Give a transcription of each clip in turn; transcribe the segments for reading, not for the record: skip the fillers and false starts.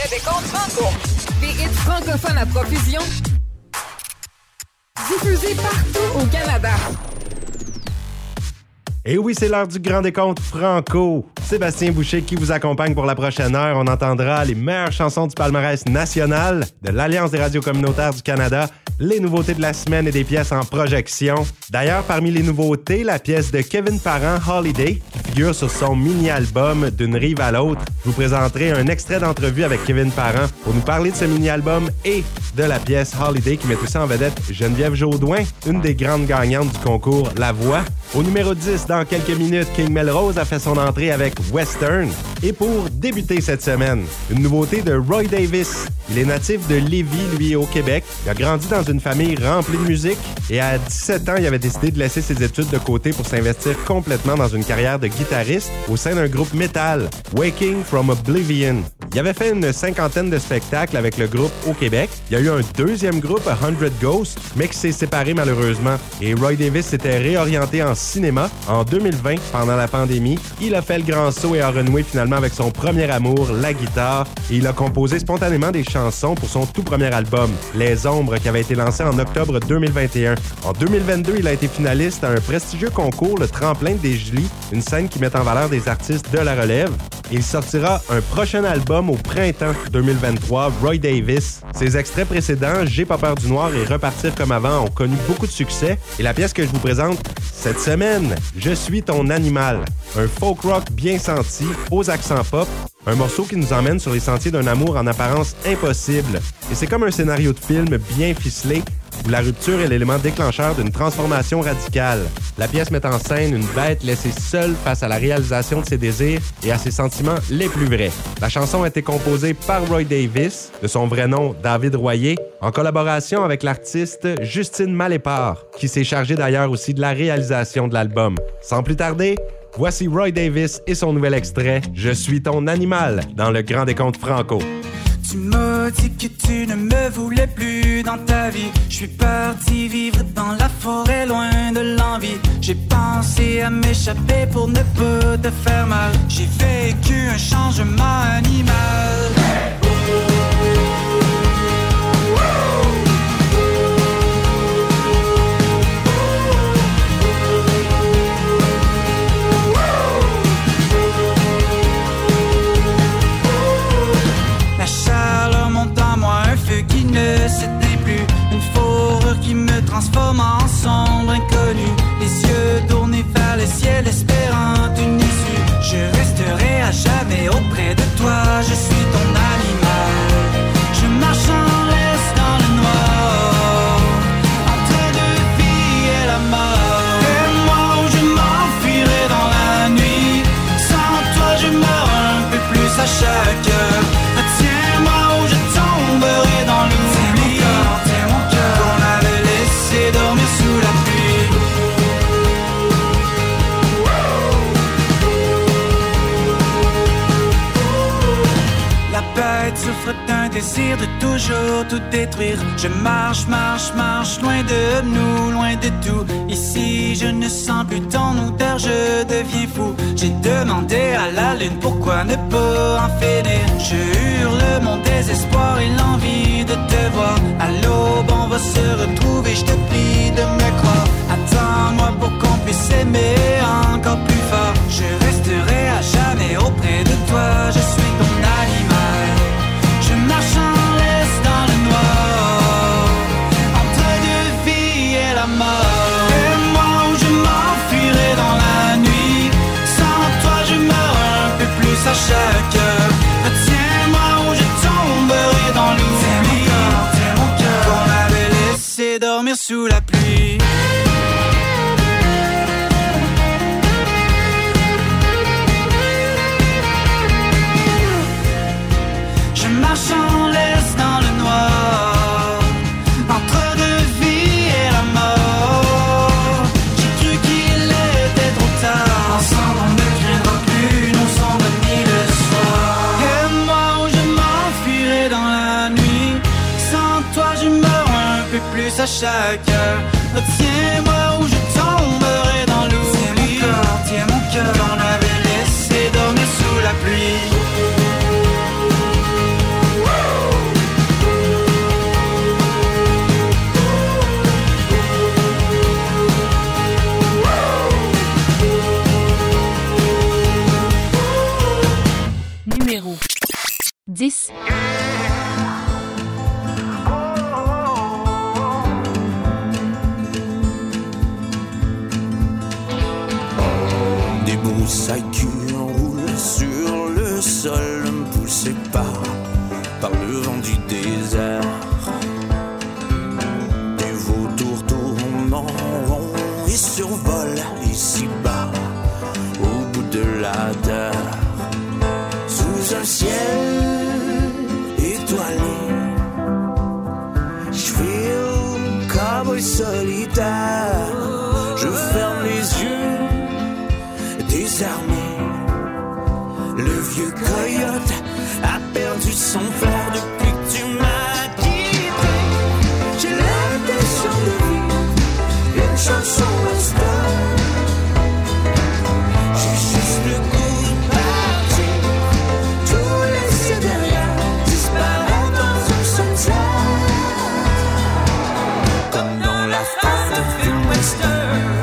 décompte Franco. Des hits francophones à profusion. Diffusés partout au Canada. Et oui, c'est l'heure du grand décompte Franco. Sébastien Boucher qui vous accompagne pour la prochaine heure. On entendra les meilleures chansons du palmarès national de l'Alliance des radios communautaires du Canada, les nouveautés de la semaine et des pièces en projection. D'ailleurs, parmi les nouveautés, la pièce de Kevin Parent, Holiday, qui figure sur son mini-album D'une rive à l'autre. Je vous présenterai un extrait d'entrevue avec Kevin Parent pour nous parler de ce mini-album et de la pièce Holiday qui met aussi en vedette Geneviève Jaudoin, une des grandes gagnantes du concours La Voix. Au numéro 10, dans quelques minutes, King Melrose a fait son entrée avec Western. Et pour débuter cette semaine, une nouveauté de Roy Davis. Il est natif de Lévis, lui, au Québec. Il a grandi dans une famille remplie de musique et à 17 ans, il avait décidé de laisser ses études de côté pour s'investir complètement dans une carrière de guitariste au sein d'un groupe métal, Waking from Oblivion. Il avait fait une 50aine de spectacles avec le groupe au Québec. Il y a eu un deuxième groupe, 100 Ghosts, mais qui s'est séparé malheureusement. Et Roy Davis s'était réorienté en cinéma en 2020 pendant la pandémie. Il a fait le grand saut et a renoué finalement avec son premier amour, la guitare. Et il a composé spontanément des chansons pour son tout premier album, Les Ombres, qui avait été lancé en octobre 2021. En 2022, il a été finaliste à un prestigieux concours, le Tremplin des Julie, une scène qui met en valeur des artistes de la relève. Il sortira un prochain album au printemps 2023, Roy Davis. Ses extraits précédents, J'ai pas peur du noir et Repartir comme avant, ont connu beaucoup de succès. Et la pièce que je vous présente cette semaine, Je suis ton animal. Un folk rock bien senti, aux accents pop. Un morceau qui nous emmène sur les sentiers d'un amour en apparence impossible. Et c'est comme un scénario de film bien ficelé, où la rupture est l'élément déclencheur d'une transformation radicale. La pièce met en scène une bête laissée seule face à la réalisation de ses désirs et à ses sentiments les plus vrais. La chanson a été composée par Roy Davis, de son vrai nom David Royer, en collaboration avec l'artiste Justine Malépard, qui s'est chargée d'ailleurs aussi de la réalisation de l'album. Sans plus tarder, voici Roy Davis et son nouvel extrait « Je suis ton animal » dans le Grand Décompte Franco. Tu m'as dit que tu ne me voulais plus dans ta vie. Je suis parti vivre dans la forêt loin de l'envie. J'ai pensé à m'échapper pour ne pas te faire mal. J'ai vécu un changement animal. Qui ne s'éteint plus, une fourrure qui me transforme en sombre inconnu, les yeux tournés vers le ciel espérant une issue. Je resterai à jamais auprès de toi, je suis ton animal. Je marche en laisse dans le noir, entre deux vie et la mort. Et moi où je m'enfuirai dans la nuit, sans toi je meurs un peu plus à chaque heure. Retiens-moi où je tomberai dans l'oubli. Tiens mon cœur, qu'on avait laissé dormir sous la pluie. La bête souffre d'un désir de toujours tout détruire. Je marche, marche, marche, loin de nous, loin de tout. Ici je ne sens plus ton odeur, je deviens fou. J'ai demandé à la lune pourquoi ne pas en finir. Je hurle mon désespoir et l'envie de te voir. À l'aube on va se retrouver, je te prie de me croire. Attends-moi pour qu'on puisse s'aimer encore plus fort. Je resterai à jamais auprès de toi, je suis ton animal. Je marche en laisse dans le noir, entre deux vie et la mort. Et moi où je m'enfuirai dans la nuit, sans toi je meurs un peu plus à chaque heure. Retiens-moi où je tomberai dans l'oubli. Tiens mon cœur, qu'on avait laissé dormir sous la pluie. Je marche en laisse dans le noir, entre deux vies et la mort. J'ai cru qu'il était trop tard. Ensemble on ne craindra plus nos sombres ni le soir. Et moi où je m'enfuirai dans la nuit, sans toi je meurs un peu plus à chaque heure. Retiens-moi où je tomberai dans l'oubli. Tiens mon cœur, qu'on avait laissé dormir sous la pluie. 10. Des broussailles qui enroulent sur le sol, poussées par le vent du désert. Des vautours tournent en rond et survolent ici-bas, au bout de la terre. Sous un ciel étoilé, je file cowboy solitaire. Je ferme les yeux, désarmé. Le vieux coyote a perdu son flair depuis que tu m'as quitté. J'ai l'impression de vivre une chanson western. J'ai juste le goût de partir, tout laisser derrière, disparaître dans un sunset, comme dans la fin de film western.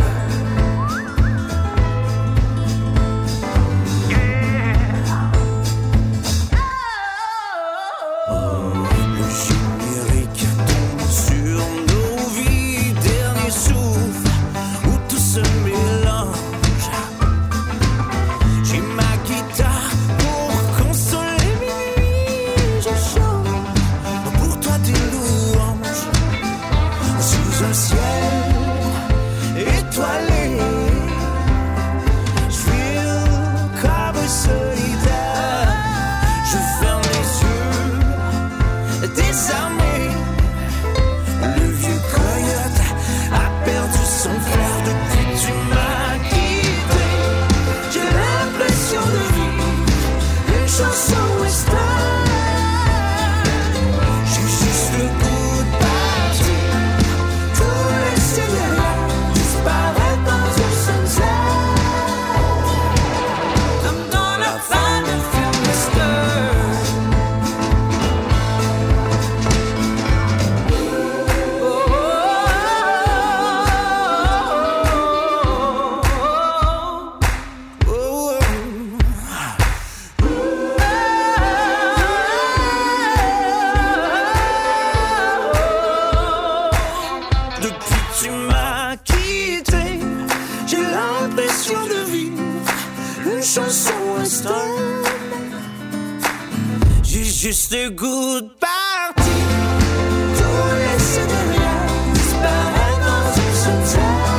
Juste le goût de partir, tout laisser derrière, disparaître dans un sunset.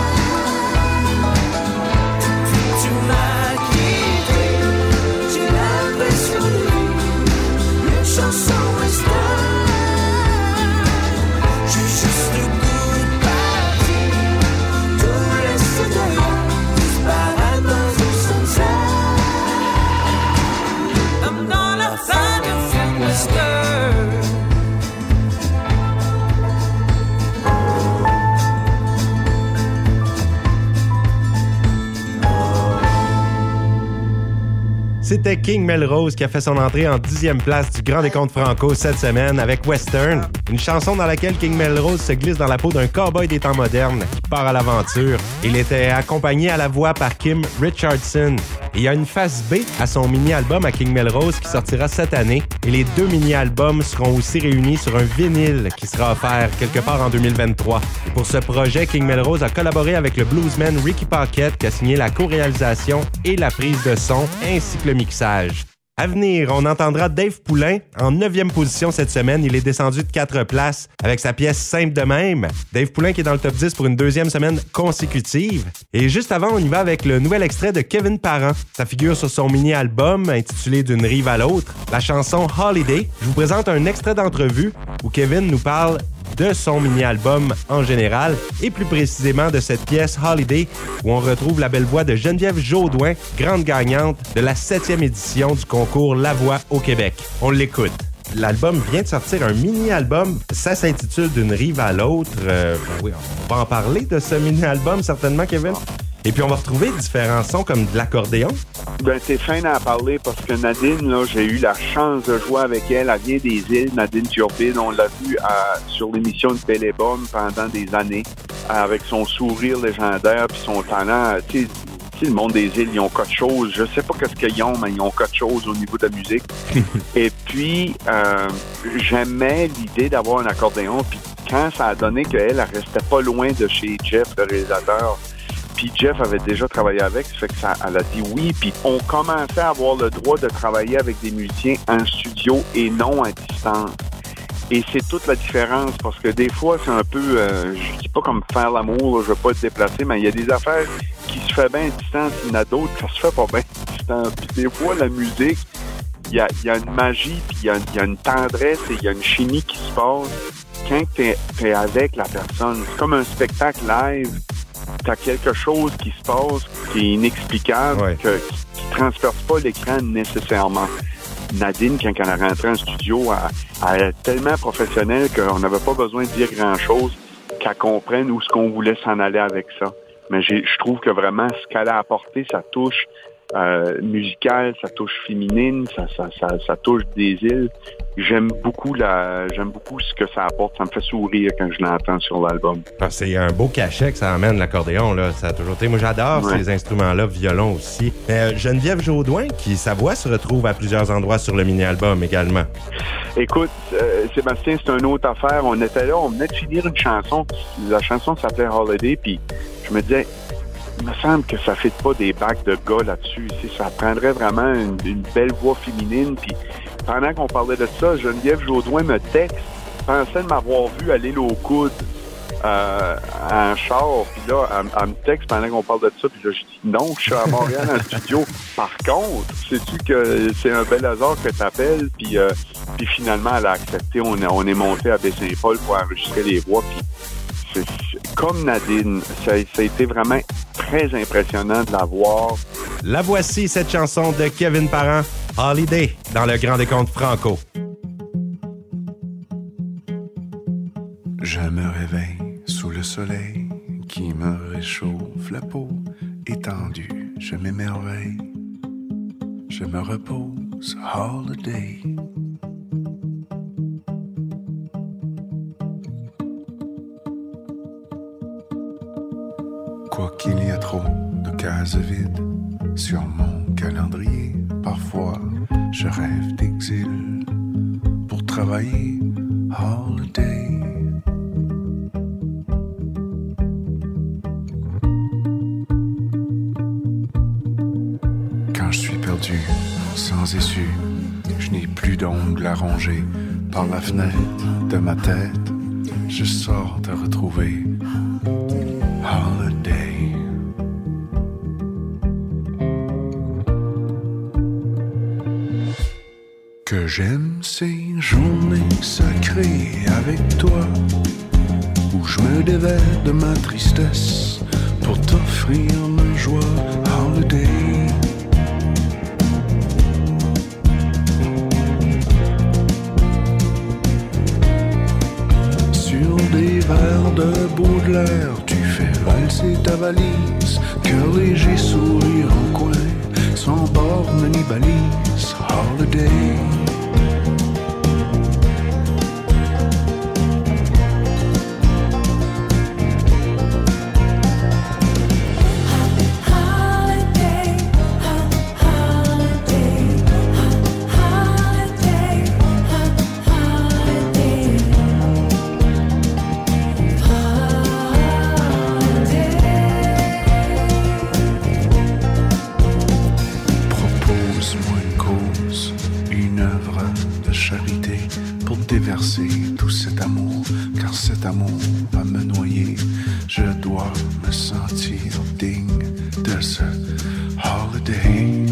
Depuis tu m'as quitté, j'ai l'impression de vivre une chanson western. J'ai juste le goût de partir, tout laisser derrière, disparaître dans un sunset, comme dans la fin de C'était King Melrose qui a fait son entrée en 10e place du Grand Décompte Franco cette semaine avec Western, une chanson dans laquelle King Melrose se glisse dans la peau d'un cowboy des temps modernes qui part à l'aventure. Il était accompagné à la voix par Kim Richardson. Et il y a une face B à son mini-album à King Melrose qui sortira cette année. Et les 2 mini-albums seront aussi réunis sur un vinyle qui sera offert quelque part en 2023. Et pour ce projet, King Melrose a collaboré avec le bluesman Ricky Pocket qui a signé la co-réalisation et la prise de son ainsi que le mixage. À venir, on entendra Dave Poulain en 9e position cette semaine. Il est descendu de 4 places avec sa pièce Simple de même. Dave Poulain qui est dans le top 10 pour une 2e semaine consécutive. Et juste avant, on y va avec le nouvel extrait de Kevin Parent. Ça figure sur son mini-album intitulé D'une rive à l'autre, la chanson Holiday. Je vous présente un extrait d'entrevue où Kevin nous parle de son mini-album en général et plus précisément de cette pièce Holiday où on retrouve la belle voix de Geneviève Jaudoin, grande gagnante de la 7e édition du concours La Voix au Québec. On l'écoute. L'album vient de sortir un mini-album. Ça s'intitule D'une rive à l'autre. Oui, on va en parler de ce mini-album certainement, Kevin. Et puis, on va retrouver différents sons comme de l'accordéon. Ben, c'est fin d'en parler parce que Nadine, là, j'ai eu la chance de jouer avec elle. Elle vient des îles, Nadine Turbide. On l'a vue sur l'émission de Bellebonne pendant des années avec son sourire légendaire puis son talent. Tu sais, le monde des îles, ils ont quelque chose. Je sais pas qu'est-ce qu'ils ont, mais ils ont quelque chose au niveau de la musique. Et puis, j'aimais l'idée d'avoir un accordéon. Puis quand ça a donné qu'elle restait pas loin de chez Jeff, le réalisateur, puis Jeff avait déjà travaillé avec, ça fait que elle a dit oui. Puis on commençait à avoir le droit de travailler avec des musiciens en studio et non à distance. Et c'est toute la différence, parce que des fois, c'est un peu, je dis pas comme faire l'amour, là, je veux pas être déplacé, mais il y a des affaires qui se fait bien à distance, il y en a d'autres qui se fait pas bien à distance. Puis des fois, la musique, il y a une magie, puis il y a une tendresse et il y a une chimie qui se passe quand t'es avec la personne. C'est comme un spectacle live, t'as quelque chose qui se passe qui est inexplicable, qui transperce pas l'écran nécessairement. Nadine, quand elle a rentré en studio, elle est tellement professionnelle qu'on n'avait pas besoin de dire grand-chose, qu'elle comprenne où est-ce qu'on voulait s'en aller avec ça. Mais je trouve que vraiment, ce qu'elle a apporté, ça touche musicale, ça touche féminine, ça touche des îles. J'aime beaucoup ce que ça apporte. Ça me fait sourire quand je l'entends sur l'album. C'est un beau cachet que ça amène, l'accordéon, là. Ça a toujours été. Moi, j'adore ces instruments-là, violon aussi. Geneviève Jaudoin, sa voix se retrouve à plusieurs endroits sur le mini-album également. Écoute, Sébastien, c'est une autre affaire. On était là, on venait de finir une chanson. La chanson s'appelait Holiday, puis je me disais, il me semble que ça ne fit pas des bacs de gars là-dessus. Ça prendrait vraiment une belle voix féminine. Puis pendant qu'on parlait de ça, Geneviève Jaudoin me texte, pensait de m'avoir vu à l'île aux coudes en char. Puis là, elle me texte pendant qu'on parle de ça. Puis là, je dis non, je suis à Montréal en studio. Par contre, sais-tu que c'est un bel hasard que t'appelles? Puis finalement, elle a accepté. On est monté à Baie-Saint-Paul pour enregistrer les voix. Puis comme Nadine, ça a été vraiment très impressionnant de la voir. La voici, cette chanson de Kevin Parent, Holiday, dans le Grand Décompte Franco. Je me réveille sous le soleil qui me réchauffe la peau étendue. Je m'émerveille, je me repose, holiday. Quoi qu'il y a trop de cases vides sur mon calendrier, parfois je rêve d'exil pour travailler, holiday. Quand je suis perdu, sans issue, je n'ai plus d'ongles à ronger. Par la fenêtre de ma tête, je sors te retrouver, holiday. Que j'aime ces journées sacrées avec toi, où je me dévais de ma tristesse pour t'offrir ma joie, holiday. Sur des vers de Baudelaire, tu fais valser ta valise, cœur léger, sourire en coin, sans borne ni balise, holiday. Tout cet amour, car cet amour va me noyer. Je dois me sentir digne de ce holiday.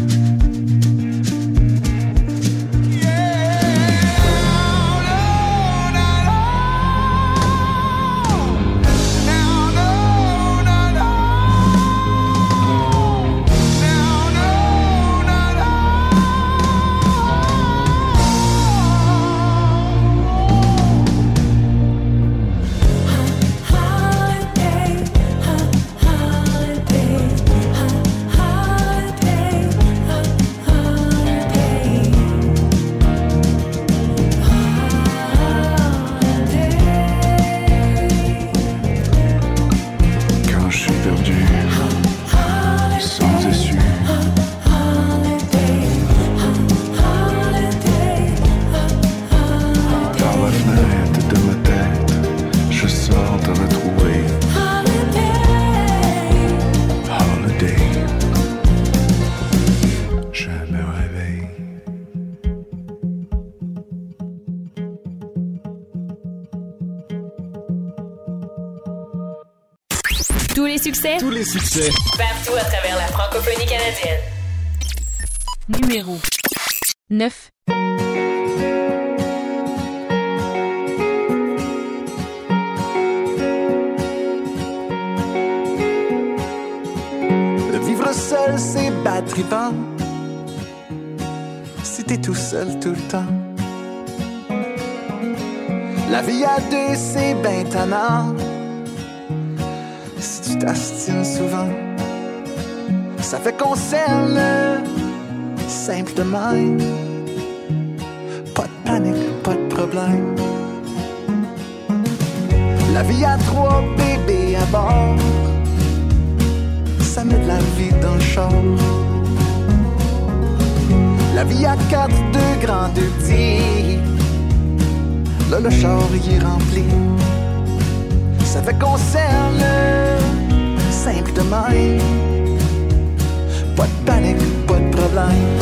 Tous les succès. Tous les succès. Partout à travers la francophonie canadienne. Numéro 9. Vivre seul, c'est battrivant. Si t'es tout seul tout le temps. La vie à deux, c'est ben tannant. Si tu t'astines souvent, ça fait qu'on s'aime simple de même. Pas de panique, pas de problème. La vie à trois, bébés à bord. Ça met de la vie dans le char. La vie à quatre, deux grands, deux petits. Là, le char, il est rempli. Ça fait qu'on s'aime simple de même. Pas de panique, pas de problème.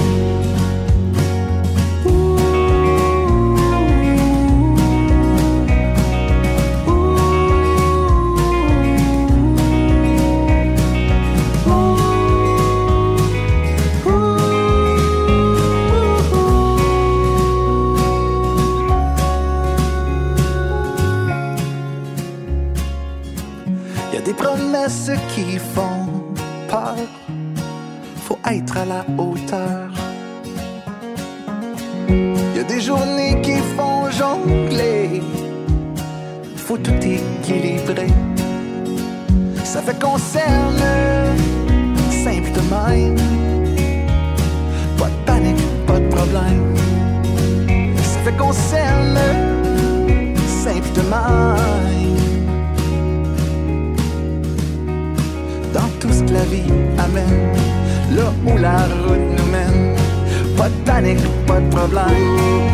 Des promesses qui font peur, faut être à la hauteur. Y a des journées qui font jongler, faut tout équilibrer. Ça fait qu'on s'aime simple de même. Pas de panique, pas de problème. Ça fait qu'on s'aime simple de même. Dans tout ce que la vie amène, là où la route nous mène, pas de panique, pas de problème.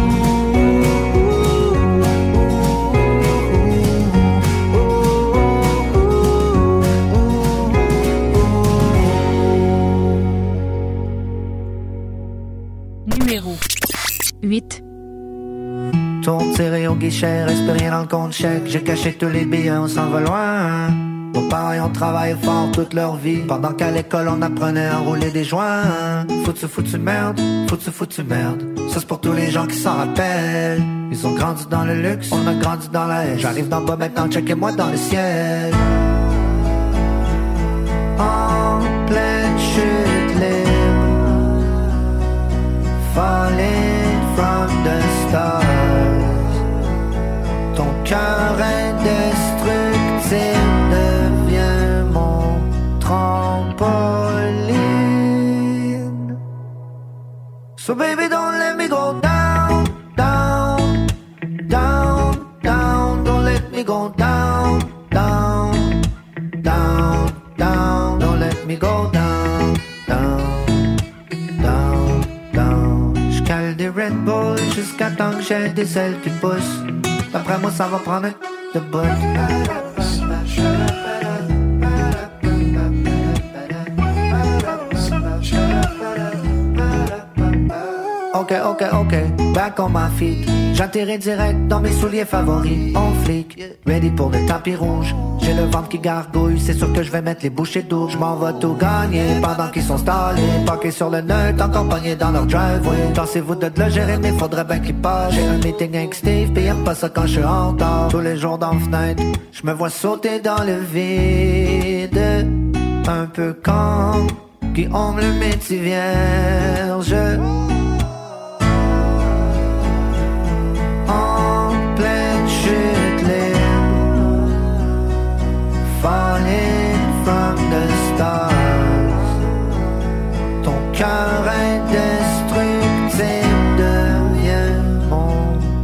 Numéro 8. Tourne tiré au guichet, reste rien dans le compte chèque. J'ai caché tous les billets, on s'en va loin. Nos parents ont travaillé fort toute leur vie. Pendant qu'à l'école on apprenait à rouler des joints. Foutu merde, foutu merde. Ça c'est pour tous les gens qui s'en rappellent. Ils ont grandi dans le luxe, on a grandi dans la haine. J'arrive d'en bas maintenant, checkez-moi dans le ciel. En pleine chute libre, falling from the stars. Ton cœur indestructible devient mon trampoline. So baby don't let me go down, down, down, down. Don't let me go down, down, down, down. Don't let me go down, down, down, down. J'cale des Red Bull jusqu'à temps que j'ai des ailes qui poussent. D'après moi ça va prendre de bout. Ok, back on my feet. J'atterris direct dans mes souliers favoris. On flic, ready pour le tapis rouge. J'ai le ventre qui gargouille, c'est sûr que je vais mettre les bouchées doubles. Je m'en vais tout gagner pendant qu'ils sont stallés. Parqués sur le neutre, encore pognés dans leur driveway. Pensez-vous de le gérer, mais faudrait bien qu'ils passent. J'ai un meeting avec Steve, pis aime pas ça quand je suis en retard. Tous les jours dans la fenêtre, je me vois sauter dans le vide. Un peu comme Guillaume le métier vierge. En pleine chute libre, falling from the stars. Ton cœur indestructible devient mon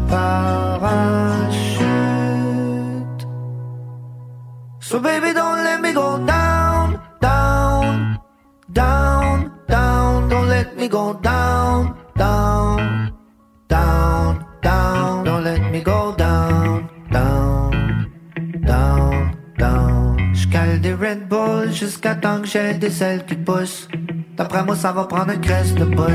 parachute. So baby don't let me go down, down, down, down. Don't let me go down, down, down, down. Don't let me go down, down, down, down. J'cale des Red Bull jusqu'à temps que j'ai des ailes qui poussent. D'après moi ça va prendre une crèche de bout.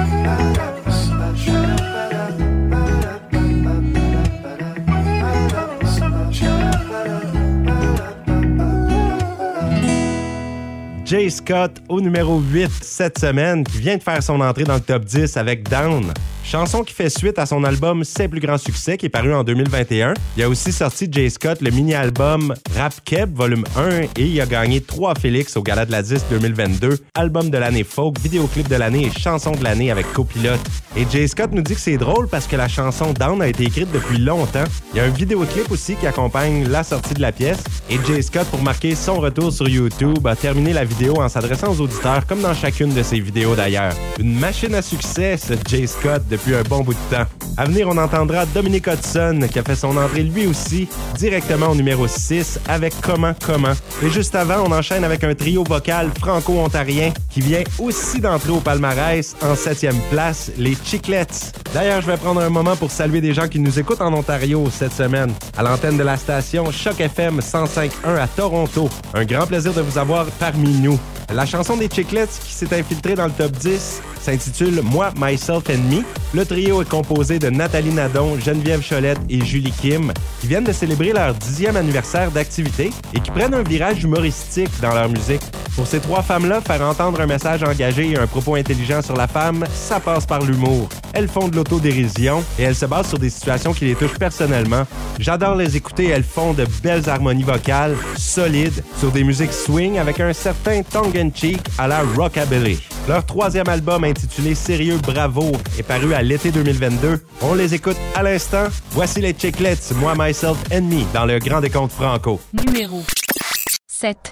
Jay Scott au numéro 8 cette semaine, qui vient de faire son entrée dans le top 10 avec Down. Chanson qui fait suite à son album Ses plus grands succès qui est paru en 2021. Il a aussi sorti Jay Scott le mini-album Rap Keb volume 1 et il a gagné 3 Félix au Gala de la Disque 2022, album de l'année folk, vidéoclip de l'année et chanson de l'année avec Copilote. Et Jay Scott nous dit que c'est drôle parce que la chanson Down a été écrite depuis longtemps. Il y a un vidéoclip aussi qui accompagne la sortie de la pièce. Et Jay Scott, pour marquer son retour sur YouTube, a terminé la vidéo en s'adressant aux auditeurs comme dans chacune de ses vidéos d'ailleurs. Une machine à succès, ce Jay Scott, depuis un bon bout de temps. À venir, on entendra Dominic Hudson qui a fait son entrée lui aussi directement au numéro 6 avec Comment. Et juste avant, on enchaîne avec un trio vocal franco-ontarien qui vient aussi d'entrer au palmarès en 7e place, les Chiclets. D'ailleurs, je vais prendre un moment pour saluer des gens qui nous écoutent en Ontario cette semaine. À l'antenne de la station Choc FM 105.1 à Toronto. Un grand plaisir de vous avoir parmi nous. La chanson des Chiclets qui s'est infiltrée dans le top 10 s'intitule Moi, Myself and Me. Le trio est composé de Nathalie Nadon, Geneviève Cholette et Julie Kim, qui viennent de célébrer leur 10e anniversaire d'activité et qui prennent un virage humoristique dans leur musique. Pour ces 3 femmes-là, faire entendre un message engagé et un propos intelligent sur la femme, ça passe par l'humour. Elles font de l'autodérision et elles se basent sur des situations qui les touchent personnellement. J'adore les écouter, elles font de belles harmonies vocales, solides, sur des musiques swing avec un certain tongue-in-cheek à la rockabilly. Leur 3e album intitulé Sérieux Bravo est paru à l'été 2022. On les écoute à l'instant. Voici les Chiclets, Moi, Myself and Me, dans le Grand Décompte Franco. Numéro 7.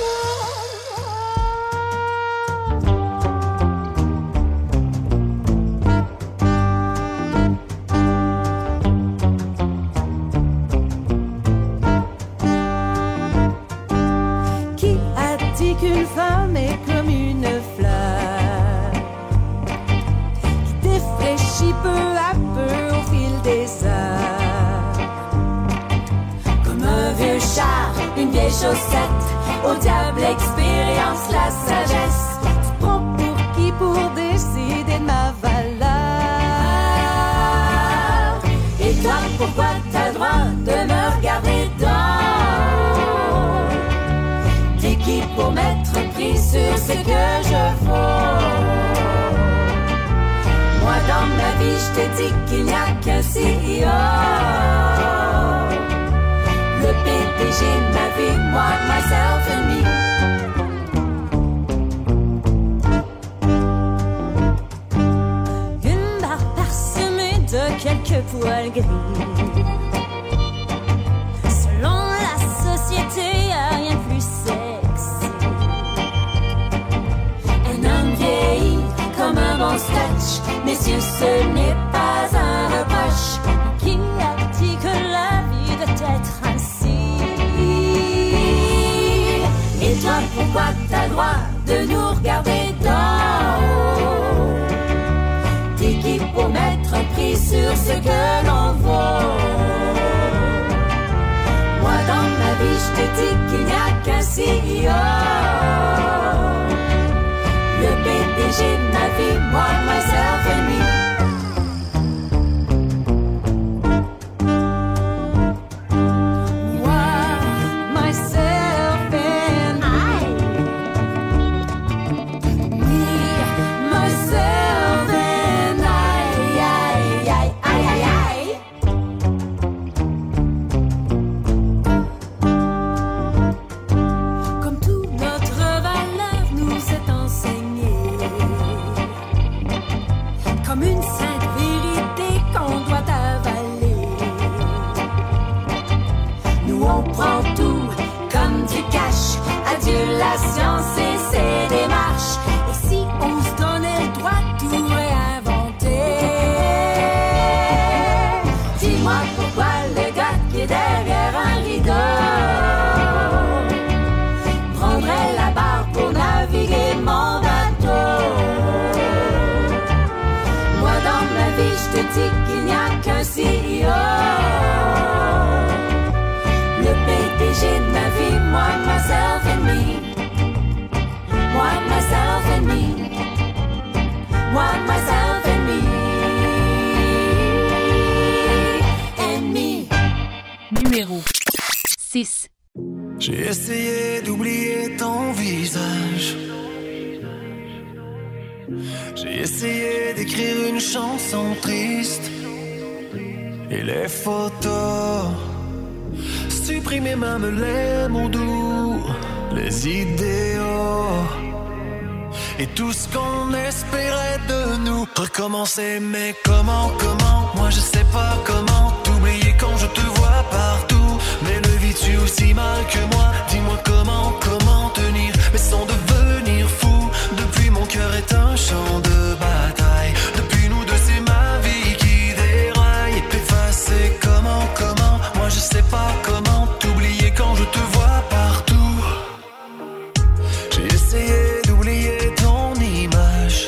Qu'une femme est comme une fleur qui défraîchit peu à peu au fil des heures. Comme un vieux char, une vieille chaussette, au diable expérience la sagesse. Tu prends pour qui pour décider de ma valeur? Et toi, pourquoi t'as le droit de me regarder dans? Qui pour mettre prix sur ce que je vaux? Moi dans ma vie je te dis qu'il n'y a qu'un CEO. Le PDG de ma vie, moi, myself and me. Une barre parsemée de quelques poils gris. Selon la société, y'a rien de plus sexy. Comme un bon sketch, messieurs, ce n'est pas un reproche. Qui a dit que la vie doit être ainsi? Et toi, pourquoi t'as le droit de nous regarder d'en haut? T'es qui pour mettre un prix sur ce que l'on vaut? Moi, dans ma vie, je te dis qu'il n'y a qu'un CEO. Le PDG de ma vie, moi, myself and me. Qu'il n'y a qu'un CEO. Le PDG de ma vie, moi, myself and me. Moi, myself and me. Moi, myself and me. And me. Numéro 6. J'ai essayé d'oublier ton visage. J'ai essayé d'écrire une chanson triste. Et les photos, supprimer même les mots doux, les idéaux et tout ce qu'on espérait de nous. Recommencer, mais comment, moi je sais pas comment t'oublier quand je te vois partout. Mais le vis-tu aussi mal que moi? Dis-moi comment tenir, mais sans devenir fou. Depuis mon cœur est un champ de bataille. Depuis nous deux c'est ma vie qui déraille. T'effacer comment, moi je sais pas comment t'oublier quand je te vois partout. J'ai essayé d'oublier ton image.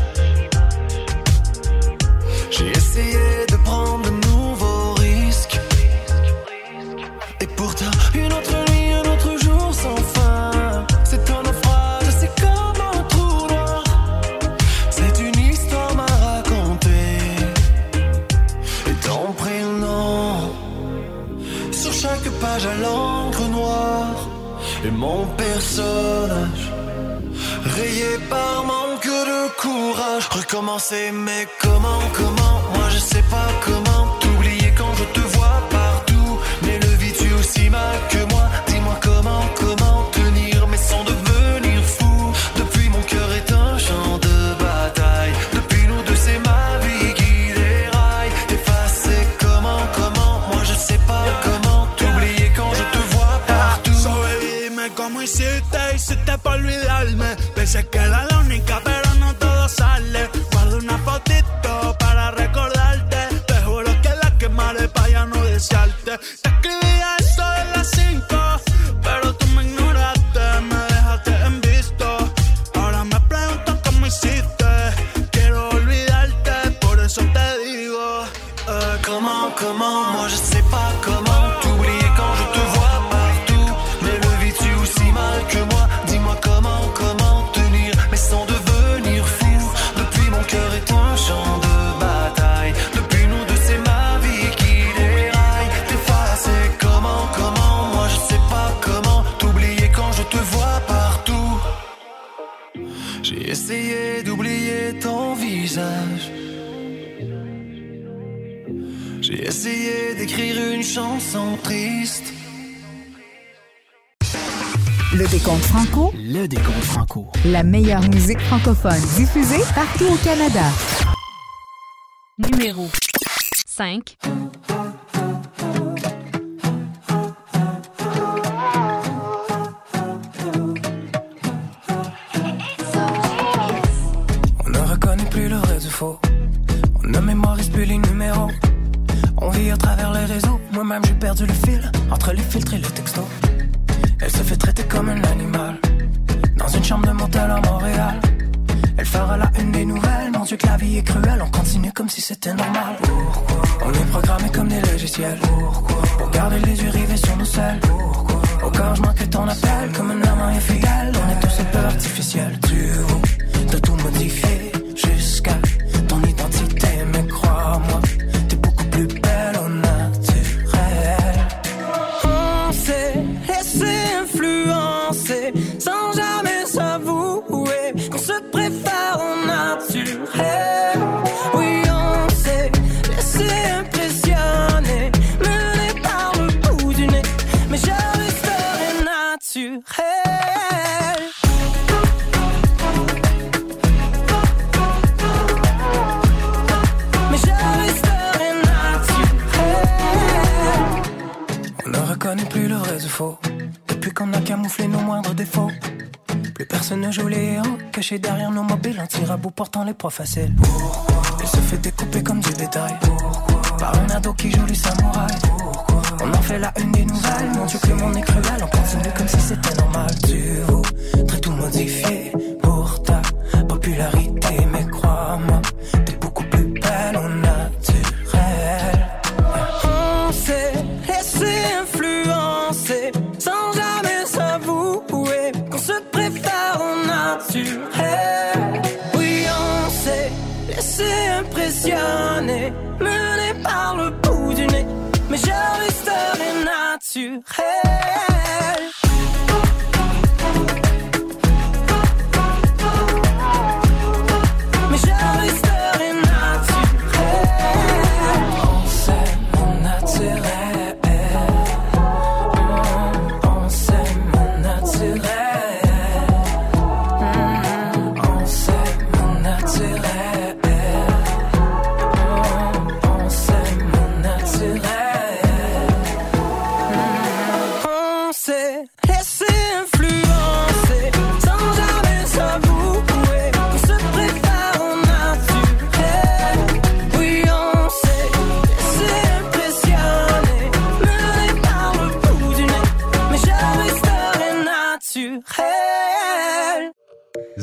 J'ai essayé de prendre de nouveaux risques. Et pourtant, une autre nuit, un autre jour sans fin. C'est un naufrage, c'est comme un trou noir. C'est une histoire à raconter. Et ton prénom sur chaque page à l'encre noire. Et mon personnage rayé par manque de courage. Recommencer, mais comment, moi je sais pas comment t'oublier quand je te vois partout. Mais le vis-tu aussi mal que moi? Dis-moi comment tenir, mais sans devenir fou. Depuis mon cœur est un champ de bataille. Depuis nous deux c'est ma vie qui déraille. T'effacer comment, moi je sais pas comment t'oublier quand je te vois partout. Dime cómo hiciste por olvidarme. Pensé que era la única, pero no todo sale. Guardo una fotito para recordarte. Te juro que la quemaré pa' ya no desearte. Te escribía eso de las 5, pero tú me ignoraste, me dejaste en visto. Ahora me pregunto cómo hiciste. Quiero olvidarte, por eso te digo. Comment, moi je sais pas comment t'oublier quand je te vois partout. Mais le vis-tu aussi mal que moi? Dis-moi comment tenir, mais sans devenir fou. Depuis mon cœur est un champ de bataille. Depuis nous deux c'est ma vie qui déraille. T'effacer comment, moi je sais pas comment t'oublier quand je te vois partout. J'ai essayé d'oublier ton visage. J'ai essayé d'écrire une chanson triste. Le décompte franco. Le décompte franco. La meilleure musique francophone diffusée partout au Canada. Numéro 5. On ne reconnaît plus le vrai du faux. On ne mémorise plus les numéros. On vit à travers les réseaux. Moi-même j'ai perdu le fil entre les filtres et le texto. Elle se fait traiter comme un animal dans une chambre de motel à Montréal. Elle fera la une des nouvelles. Mon Dieu que la vie est cruelle. On continue comme si c'était normal. Pourquoi? On est programmé comme des logiciels. Pourquoi? Pour garder les yeux rivés sur nos selles. Pourquoi? Au quand je manque ton appel comme un amant infidèle. On est tous un peu artificiels. Tu veux de tout modifier jusqu'à ton identité. Mais crois-moi, t'es beaucoup plus belle au naturel. On s'est laissé influencer sans jamais s'avouer qu'on se préfère au naturel. Oui, on s'est laissé impressionner, mené par le bout du nez, mais je resterai naturel. Mais je resterai naturel. On ne reconnaît plus le vrai du faux. Depuis qu'on a camouflé nos moindres défauts. Plus personne ne joue les héros. Cachés derrière nos mobiles, un tir à bout portant les proies faciles. Pourquoi? Elle se fait découper comme du bétail. Pourquoi? Par un ado qui joue les samouraïs. Pourquoi? On en fait la une des nouvelles. Mon Dieu que le monde est cruel. On continue comme si c'était normal. Tu voudrais tout modifier pour ta popularité. Mais crois-moi, t'es beaucoup plus belle au naturel. On s'est laissé influencer sans jamais s'avouer qu'on se préfère au naturel. Oui, on s'est laissé impressionner, mené par le bout du nez, mais je resterai naturel.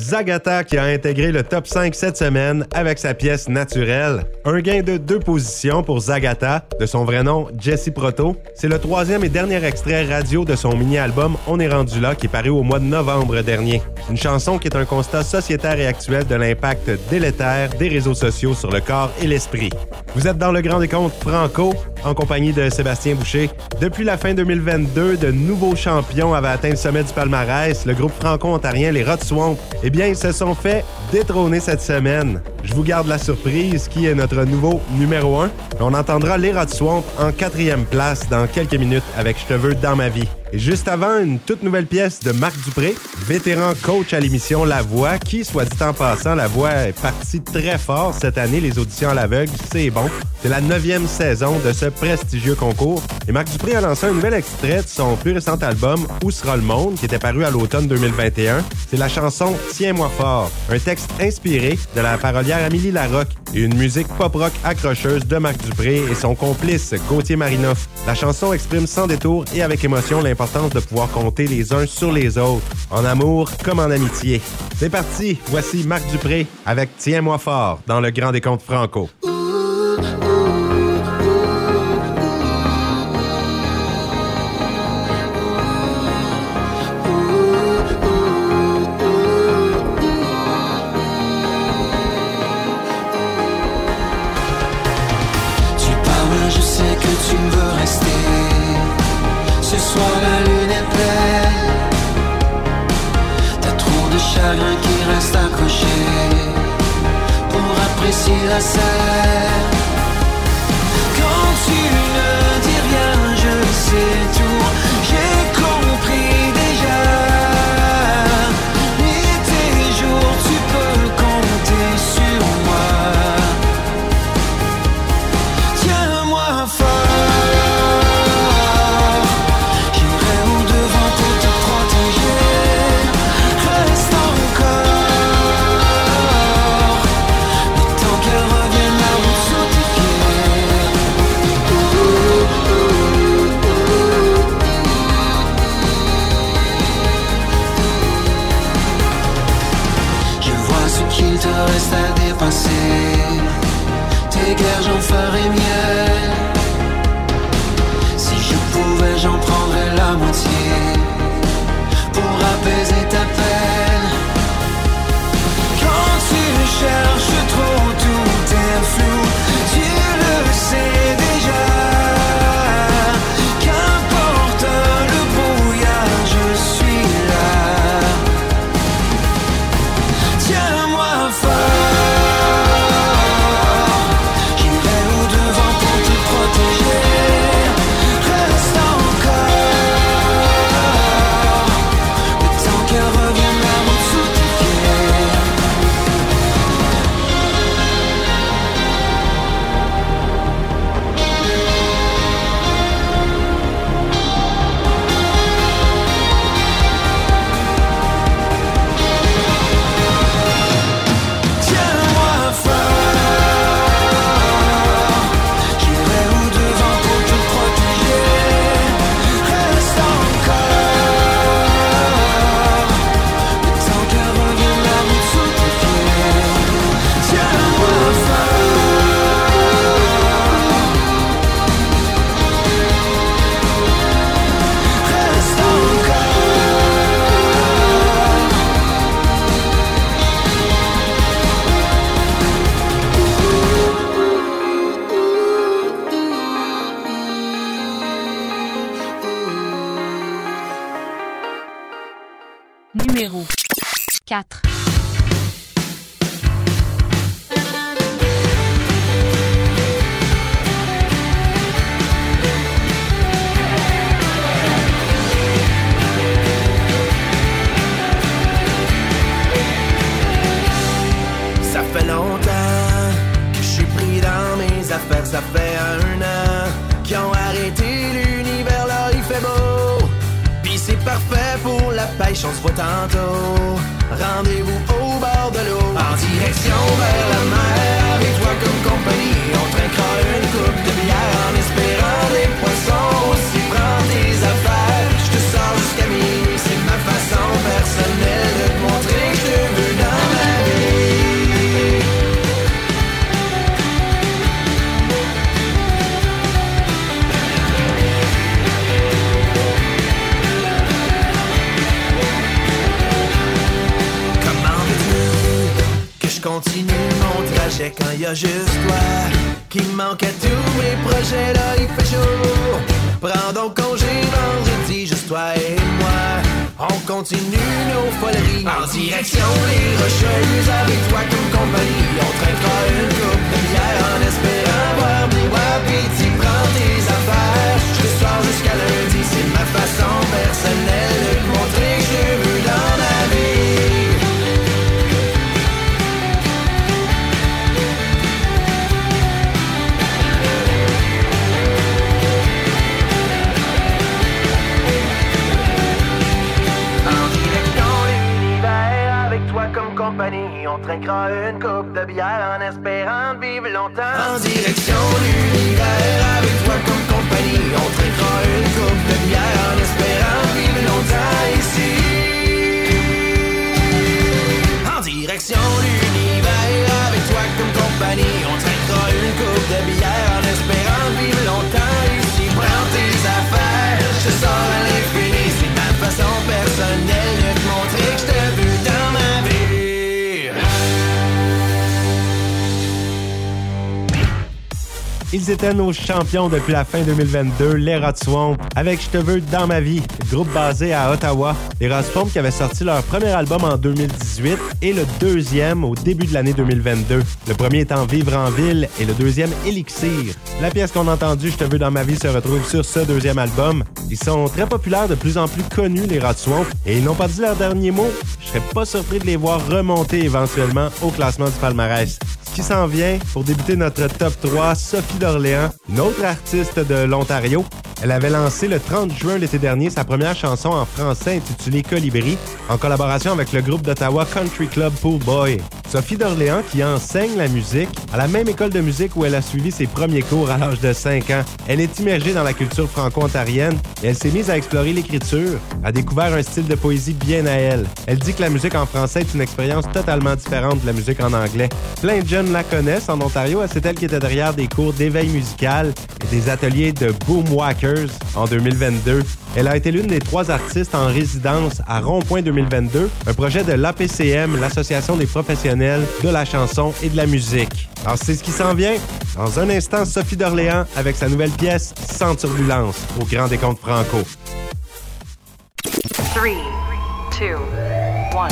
Zagata qui a intégré le top 5 cette semaine avec sa pièce Naturelle. Un gain de 2 positions pour Zagata, de son vrai nom Jesse Proto. C'est le 3e et dernier extrait radio de son mini-album On est rendu là qui est paru au mois de novembre dernier. Une chanson qui est un constat sociétaire et actuel de l'impact délétère des réseaux sociaux sur le corps et l'esprit. Vous êtes dans le Grand Décompte Franco en compagnie de Sébastien Boucher. Depuis la fin 2022, de nouveaux champions avaient atteint le sommet du palmarès. Le groupe franco-ontarien, les Rod Swamp, eh bien, ils se sont fait détrôner cette semaine. Je vous garde la surprise, qui est notre nouveau numéro 1. On entendra les Rod Swamp en 4e place dans quelques minutes avec Je te veux dans ma vie. Et juste avant, une toute nouvelle pièce de Marc Dupré, vétéran coach à l'émission La Voix, qui, soit dit en passant, La Voix est partie très fort cette année, les auditions à l'aveugle, c'est bon. C'est la 9e saison de ce prestigieux concours. Et Marc Dupré a lancé un nouvel extrait de son plus récent album Où sera le monde, qui était paru à l'automne 2021. C'est la chanson Tiens-moi fort, un texte inspiré de la parolière Amélie Larocque et une musique pop-rock accrocheuse de Marc Dupré et son complice Gauthier Marinoff. La chanson exprime sans détour et avec émotion l'importance de pouvoir compter les uns sur les autres, en amour comme en amitié. C'est parti, voici Marc Dupré avec Tiens-moi fort dans le Grand Décompte Franco. La lune est pleine, t'as trop de chagrin qui reste accroché pour apprécier la scène. Quand tu ne dis rien, je sais tout, j'ai compris déjà. Nuit et jour, tu peux compter sur moi. Tiens-moi fort. Reste à dépasser, tes guerres j'en ferais mieux. Si je pouvais j'en prendrais la moitié pour apaiser ta peine. Quand tu cherches trop, tout est flou, tu le sais déjà. Qu'importe le brouillard, je suis là. Tiens-moi fort. Numéro 4. Ça fait longtemps que je suis pris dans mes affaires. Ça fait 1 an qu'ils ont arrêté l'univers, là il fait beau. Pis c'est parfait pour la pêche, on se voit tantôt. Rendez-vous au bord de l'eau, en direction vers la mer. Avec toi comme compagnie, on trinquera une coupe de bière en espérant des poissons. Si prends tes affaires, je te sors jusqu'à minuit. C'est ma façon personnelle de te montrer que je te veux. fait quand y a juste toi qui me manque à tous mes projets, là il fait chaud. Prends donc congé vendredi, juste toi et moi. On continue nos foleries en direction les Rocheuses. Avec toi comme compagnie, on traînera une coupe de bière en espérant boire des wapis. Tu prends tes affaires, je te sors jusqu'à lundi. C'est ma façon personnelle de te montrer que je veux dans ma vie. Comme compagnie, on trinquera une coupe de bière en espérant de vivre longtemps. En direction l'univers, avec toi comme compagnie, on trinquera une coupe de bière en espérant de vivre longtemps ici. En direction l'univers, avec toi comme compagnie, on trinquera une coupe de bière en espérant de vivre longtemps ici. Prends tes affaires, je sors à l'infini, c'est ma façon personnelle de te montrer que je te veux dans ma vie. Ils étaient nos champions depuis la fin 2022, les Rod Swamp, avec Je te veux dans ma vie, groupe basé à Ottawa. Les Rod Swamp qui avaient sorti leur premier album en 2018 et le deuxième au début de l'année 2022. Le premier étant Vivre en ville et le deuxième Elixir. La pièce qu'on a entendue, Je te veux dans ma vie, se retrouve sur ce deuxième album. Ils sont très populaires, de plus en plus connus, les Rod Swamp, et ils n'ont pas dit leur dernier mot. Je serais pas surpris de les voir remonter éventuellement au classement du palmarès. Ce qui s'en vient, pour débuter notre top 3, Sophie d'Orléans, une autre artiste de l'Ontario. Elle avait lancé le 30 juin l'été dernier sa première chanson en français intitulée Colibri, en collaboration avec le groupe d'Ottawa Country Club Pool Boy. Sophie d'Orléans, qui enseigne la musique à la même école de musique où elle a suivi ses premiers cours à l'âge de 5 ans. Elle est immergée dans la culture franco-ontarienne et elle s'est mise à explorer l'écriture, a découvert un style de poésie bien à elle. Elle dit que la musique en français est une expérience totalement différente de la musique en anglais. Plein de jeunes la connaissent en Ontario, et c'est elle qui était derrière des cours d'éveil musical et des ateliers de Boomwhackers en 2022. Elle a été l'une des 3 artistes en résidence à Rond-Point 2022, un projet de l'APCM, l'Association des professionnels de la chanson et de la musique. Alors c'est ce qui s'en vient. Dans un instant, Sophie d'Orléans avec sa nouvelle pièce Sans turbulence au Grand Décompte Franco. 3, 2, 1.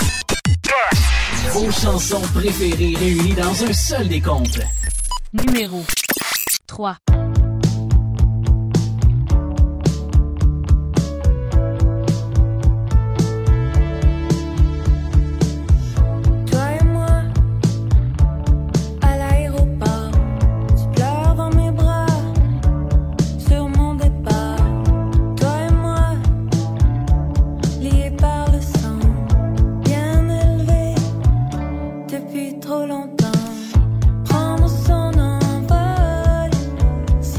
Vos chansons préférées réunies dans un seul décompte. Numéro 3. Depuis trop longtemps, prendre son envol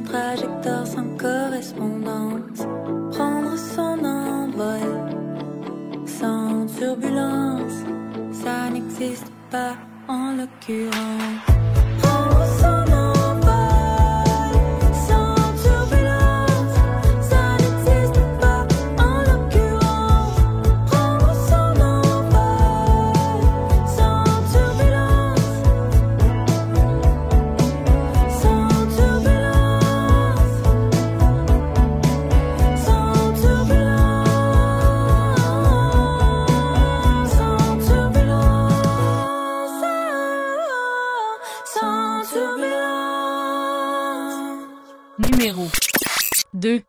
trajectoire sans correspondance, prendre son envol sans turbulence, ça n'existe pas en l'occurrence. Prendre son envol sans turbulence, ça n'existe pas en l'occurrence. Prendre son envol sans turbulence, sans turbulence, sans turbulence, sans turbulence, sans turbulence. Numéro 2.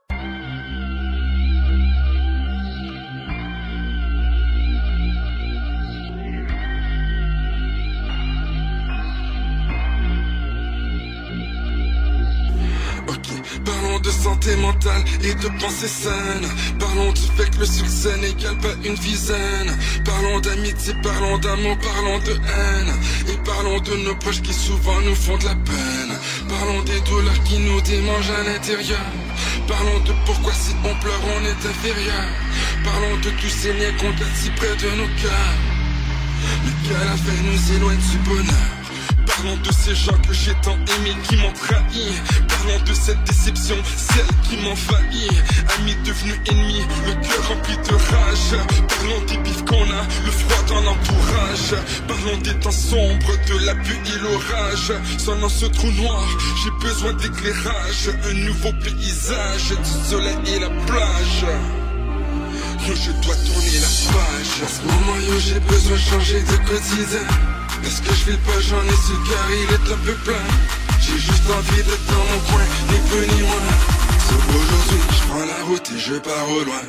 Parlons de santé mentale et de pensée saine. Parlons du fait que le succès n'égale pas une dizaine. Parlons d'amitié, parlons d'amour, parlons de haine. Et parlons de nos proches qui souvent nous font de la peine. Parlons des douleurs qui nous démangent à l'intérieur. Parlons de pourquoi si on pleure on est inférieur. Parlons de tous ces liens qu'on garde si près de nos cœurs, mais qu'à la fin nous éloigne du bonheur. Parlons de ces gens que j'ai tant aimés qui m'ont trahi. Parlons de cette déception, celle qui m'envahit. Amis devenus ennemis, le cœur rempli de rage. Parlons des bifs qu'on a, le froid dans l'entourage. Parlons des temps sombres, de la pluie et l'orage. Sonnant ce trou noir, j'ai besoin d'éclairage. Un nouveau paysage, du soleil et la plage. Yo, je dois tourner la page. En ce moment, yo, j'ai besoin de changer de quotidien. Parce que je file pas, j'en ai sur le car, il est un peu plein. J'ai juste envie d'être dans mon coin, ni peu ni moins. So, aujourd'hui, je prends la route et je pars au loin.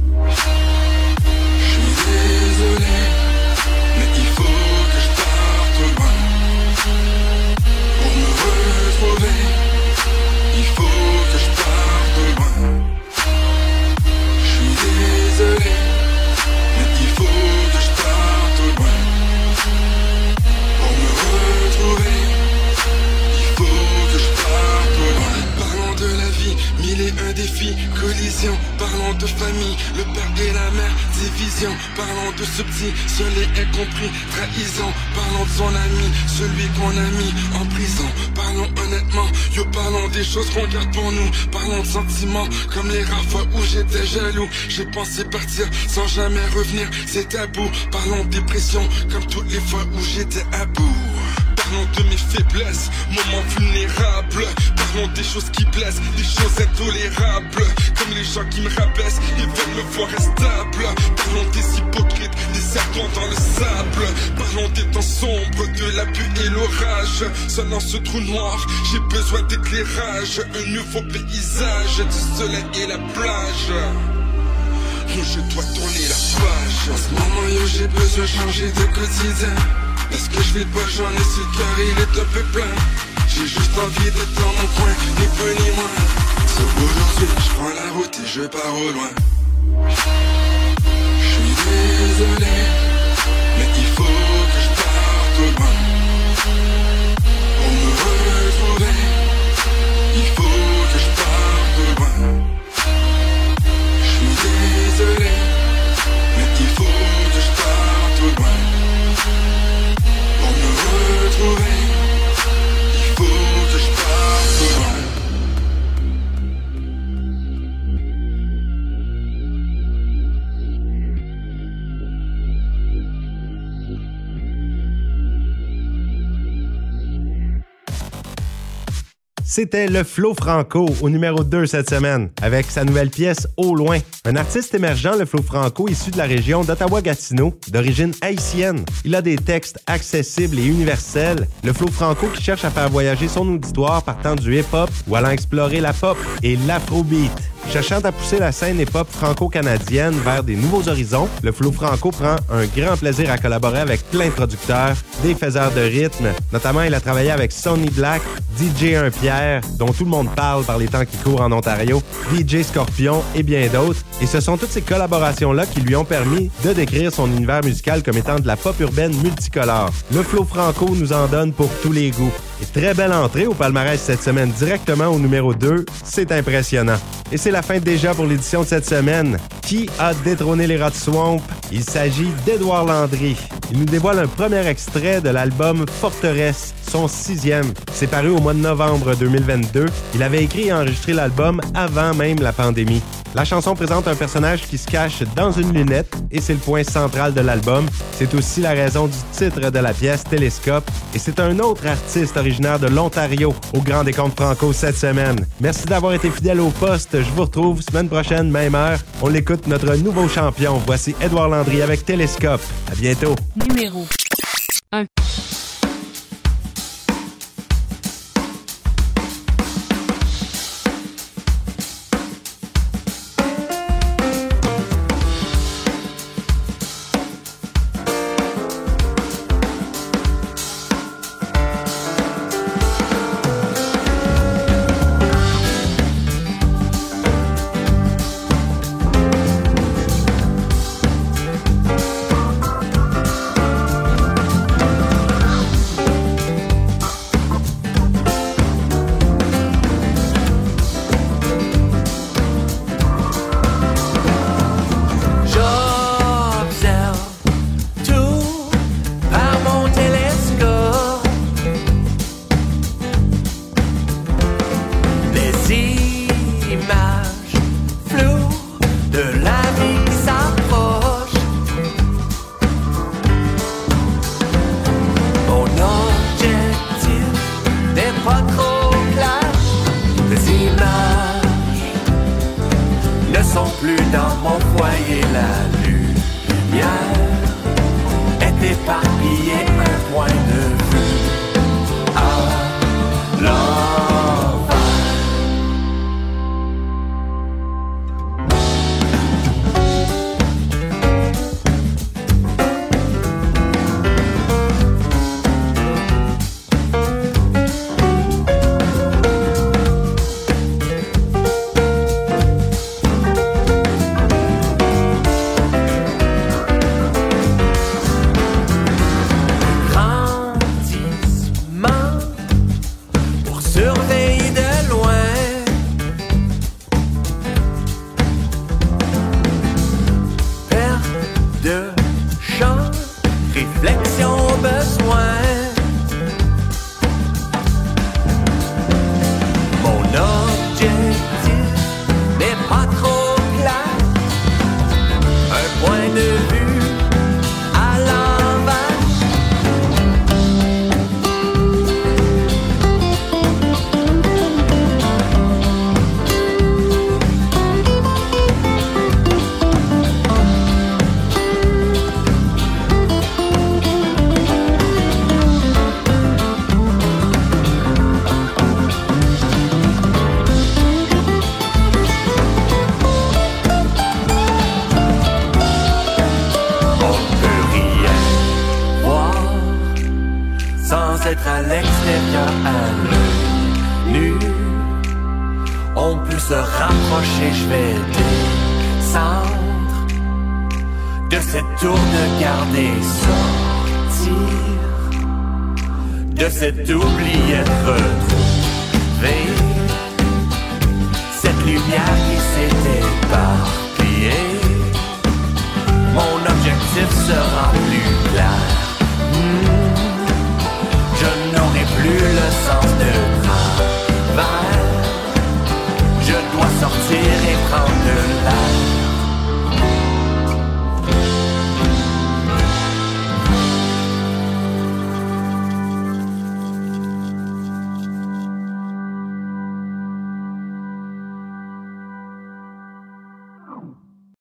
Je suis désolé, mais il faut que je parte au loin. Pour me retrouver, il faut que je parte au loin. Je suis désolé, mais il faut que je parte au loin. Retrouver, il faut que je parte au loin. Parlons de la vie, mille et un défis, collision. Parlons de famille, le père et la mère, division. Parlons de ce petit, seul et incompris, trahison. Parlons de son ami, celui qu'on a mis en prison. Parlons honnêtement, yo, parlons des choses qu'on garde pour nous. Parlons de sentiments, comme les rares fois où j'étais jaloux. J'ai pensé partir sans jamais revenir, c'est tabou. Parlons de dépression, comme toutes les fois où j'étais à bout. Parlons de mes faiblesses, moments vulnérables. Parlons des choses qui blessent, des choses intolérables. Comme les gens qui me rabaissent et veulent me voir instable. Parlons des hypocrites, des serpents dans le sable. Parlons des temps sombres, de la pluie et l'orage. Sonnant ce trou noir, j'ai besoin d'éclairage. Un nouveau paysage, du soleil et la plage. Yo, je dois tourner la page. En ce moment, yo, j'ai besoin de changer de quotidien. Parce que je vais pas, j'en ai sur le car, il est un peu plein. J'ai juste envie d'être dans mon coin, ni peu ni moins. So, aujourd'hui, je prends la route et je pars au loin. Je suis désolé, mais il faut que je parte au loin. Pour me retrouver, il faut que je parte au loin. Je suis désolé, mais il faut que je parte au loin. Pour me retrouver, il faut que je parte au loin. C'était le Flo Franco au numéro 2 cette semaine, avec sa nouvelle pièce « Au loin ». Un artiste émergent, le Flo Franco, issu de la région d'Ottawa-Gatineau, d'origine haïtienne. Il a des textes accessibles et universels. Le Flo Franco qui cherche à faire voyager son auditoire partant du hip-hop ou allant explorer la pop et l'afrobeat. Cherchant à pousser la scène hip-hop franco-canadienne vers des nouveaux horizons, le Flo Franco prend un grand plaisir à collaborer avec plein de producteurs, des faiseurs de rythme. Notamment, il a travaillé avec Sonny Black, DJ 1 Pierre, dont tout le monde parle par les temps qui courent en Ontario, DJ Scorpion et bien d'autres. Et ce sont toutes ces collaborations-là qui lui ont permis de décrire son univers musical comme étant de la pop urbaine multicolore. Le Flo Franco nous en donne pour tous les goûts. Et très belle entrée au palmarès cette semaine, directement au numéro 2. C'est impressionnant. Et c'est la fin déjà pour l'édition de cette semaine. Qui a détrôné les Rats Swamp? Il s'agit d'Édouard Landry. Il nous dévoile un premier extrait de l'album Forteresse, son 6e. C'est paru au mois de novembre 2022. Il avait écrit et enregistré l'album avant même la pandémie. La chanson présente un personnage qui se cache dans une lunette et c'est le point central de l'album. C'est aussi la raison du titre de la pièce Télescope. Et c'est un autre artiste originaire de l'Ontario au Grand Décompte Franco cette semaine. Merci d'avoir été fidèle au poste. Je vous retrouve semaine prochaine, même heure. On l'écoute, notre nouveau champion. Voici Édouard Landry avec Télescope. À bientôt. Numéro 1. Je n'aurai plus le